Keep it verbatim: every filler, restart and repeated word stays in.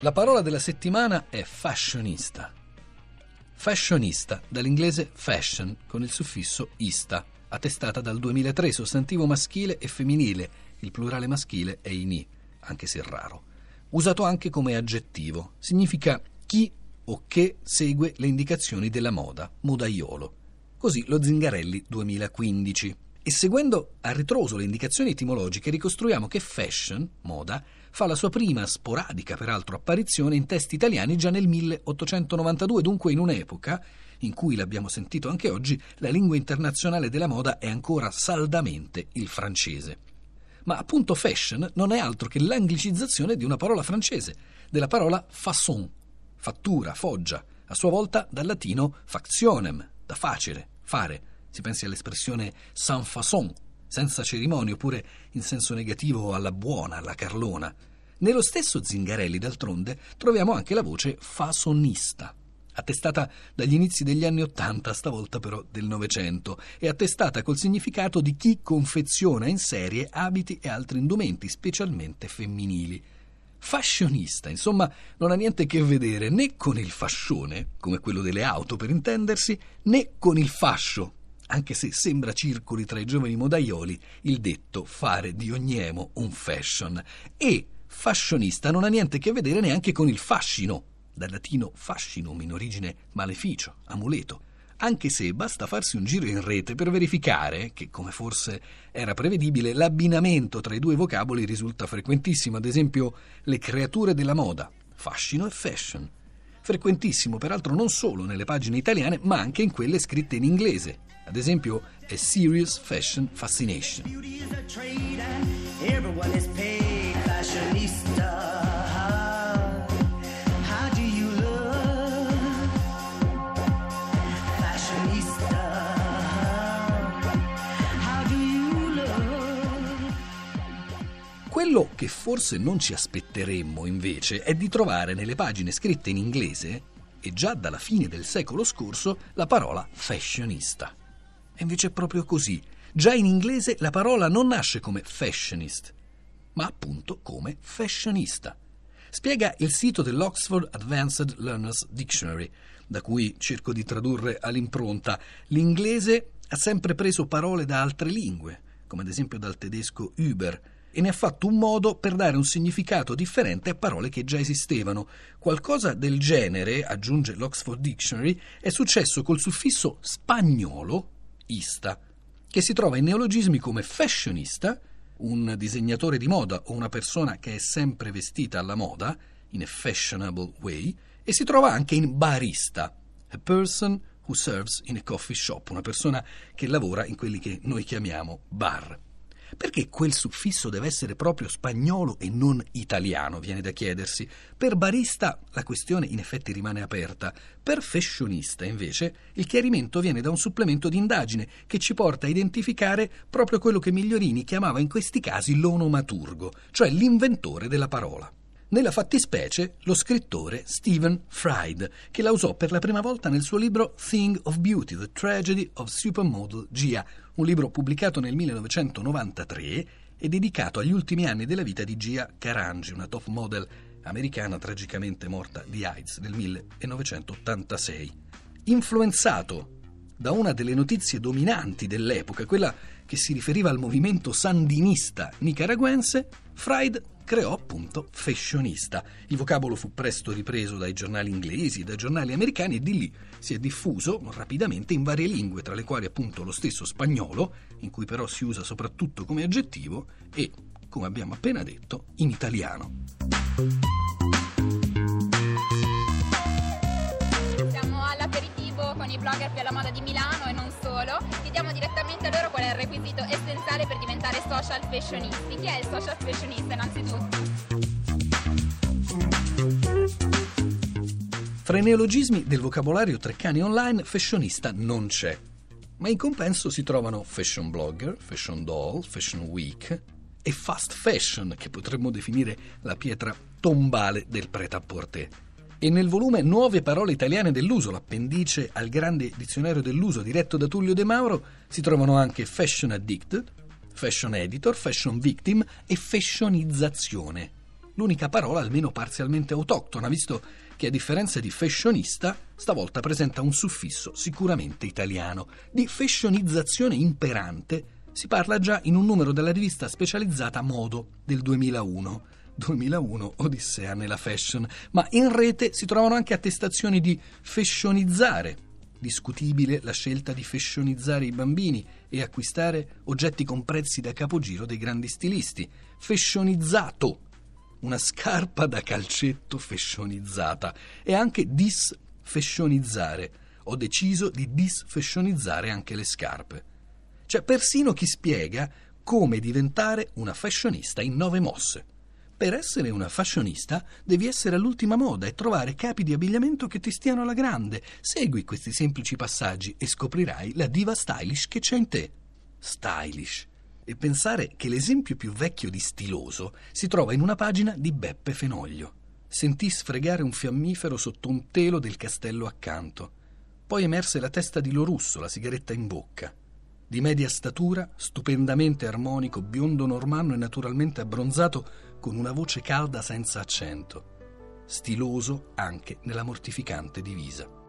La parola della settimana è fashionista. Fashionista, dall'inglese fashion, con il suffisso ista, attestata dal duemilatré, sostantivo maschile e femminile, il plurale maschile è ini, anche se raro. Usato anche come aggettivo, significa chi o che segue le indicazioni della moda, modaiolo. Così lo Zingarelli duemilaquindici. E seguendo a ritroso le indicazioni etimologiche ricostruiamo che fashion, moda, fa la sua prima sporadica, peraltro, apparizione in testi italiani già nel milleottocentonovantadue, dunque in un'epoca in cui, l'abbiamo sentito anche oggi, la lingua internazionale della moda è ancora saldamente il francese. Ma appunto fashion non è altro che l'anglicizzazione di una parola francese, della parola façon, fattura, foggia, a sua volta dal latino factionem, da facere, fare. Si pensi all'espressione sans façon, senza cerimonie, oppure in senso negativo alla buona, alla carlona. Nello stesso Zingarelli, d'altronde, troviamo anche la voce fasonista, attestata dagli inizi degli anni Ottanta, stavolta però del Novecento, e attestata col significato di chi confeziona in serie abiti e altri indumenti, specialmente femminili. Fashionista, insomma, non ha niente a che vedere né con il fascione, come quello delle auto per intendersi, né con il fascio, anche se sembra circoli tra i giovani modaioli il detto fare di ogni emo un fashion. E fashionista non ha niente a che vedere neanche con il fascino, dal latino fascinum, in origine maleficio, amuleto, anche se basta farsi un giro in rete per verificare che, come forse era prevedibile, l'abbinamento tra i due vocaboli risulta frequentissimo, ad esempio le creature della moda, fascino e fashion. Frequentissimo, peraltro, non solo nelle pagine italiane, ma anche in quelle scritte in inglese. Ad esempio, A Serious Fashion Fascination. Quello che forse non ci aspetteremmo, invece, è di trovare nelle pagine scritte in inglese, e già dalla fine del secolo scorso, la parola fashionista. E invece è proprio così. Già in inglese la parola non nasce come fashionist, ma appunto come fashionista. Spiega il sito dell'Oxford Advanced Learners Dictionary, da cui cerco di tradurre all'impronta. L'inglese ha sempre preso parole da altre lingue, come ad esempio dal tedesco Uber, e ne ha fatto un modo per dare un significato differente a parole che già esistevano. Qualcosa del genere, aggiunge l'Oxford Dictionary, è successo col suffisso spagnolo, ista, che si trova in neologismi come fashionista, un disegnatore di moda o una persona che è sempre vestita alla moda, in a fashionable way, e si trova anche in barista, a person who serves in a coffee shop, una persona che lavora in quelli che noi chiamiamo bar. Perché quel suffisso deve essere proprio spagnolo e non italiano, viene da chiedersi. Per barista la questione in effetti rimane aperta. Per fashionista, invece, il chiarimento viene da un supplemento di indagine che ci porta a identificare proprio quello che Migliorini chiamava in questi casi l'onomaturgo, cioè l'inventore della parola. Nella fattispecie, lo scrittore Stephen Fried, che la usò per la prima volta nel suo libro Thing of Beauty, The Tragedy of Supermodel Gia, un libro pubblicato nel millenovecentonovantatré e dedicato agli ultimi anni della vita di Gia Carangi, una top model americana tragicamente morta di AIDS nel millenovecentottantasei. Influenzato da una delle notizie dominanti dell'epoca, quella che si riferiva al movimento sandinista nicaraguense, Fried creò appunto fashionista. Il vocabolo fu presto ripreso dai giornali inglesi, dai giornali americani, e di lì si è diffuso rapidamente in varie lingue, tra le quali appunto lo stesso spagnolo, in cui però si usa soprattutto come aggettivo, e, come abbiamo appena detto, in italiano. Siamo all'aperitivo con i blogger per la moda di Milano e non solo. Chiediamo direttamente a loro qual è il requisito essenziale per diventare social fashionisti. Chi è il social fashionista innanzitutto? Fra i neologismi del vocabolario Treccani online, fashionista non c'è, ma in compenso si trovano fashion blogger, fashion doll, fashion week e fast fashion, che potremmo definire la pietra tombale del prêt-à-porter. E nel volume Nuove parole italiane dell'uso, l'appendice al grande dizionario dell'uso diretto da Tullio De Mauro, si trovano anche fashion addicted, fashion editor, fashion victim e fashionizzazione. l'unica parola almeno parzialmente autoctona, visto che a differenza di fashionista, stavolta presenta un suffisso sicuramente italiano. Di fashionizzazione imperante si parla già in un numero della rivista specializzata Modo del duemilauno. duemilauno, Odissea nella fashion, ma in rete si trovano anche attestazioni di fashionizzare. Discutibile la scelta di fashionizzare i bambini e acquistare oggetti con prezzi da capogiro dei grandi stilisti. Fashionizzato, una scarpa da calcetto fashionizzata, e anche disfashionizzare. Ho deciso di disfashionizzare anche le scarpe. C'è persino chi spiega come diventare una fashionista in nove mosse. Per essere una fashionista devi essere all'ultima moda e trovare capi di abbigliamento che ti stiano alla grande. Segui questi semplici passaggi e scoprirai la diva stylish che c'è in te. Stylish. E pensare che l'esempio più vecchio di stiloso si trova in una pagina di Beppe Fenoglio. Sentì sfregare un fiammifero sotto un telo del castello accanto. Poi emerse la testa di Lorusso, la sigaretta in bocca. Di media statura, stupendamente armonico, biondo normanno e naturalmente abbronzato, con una voce calda senza accento. Stiloso anche nella mortificante divisa.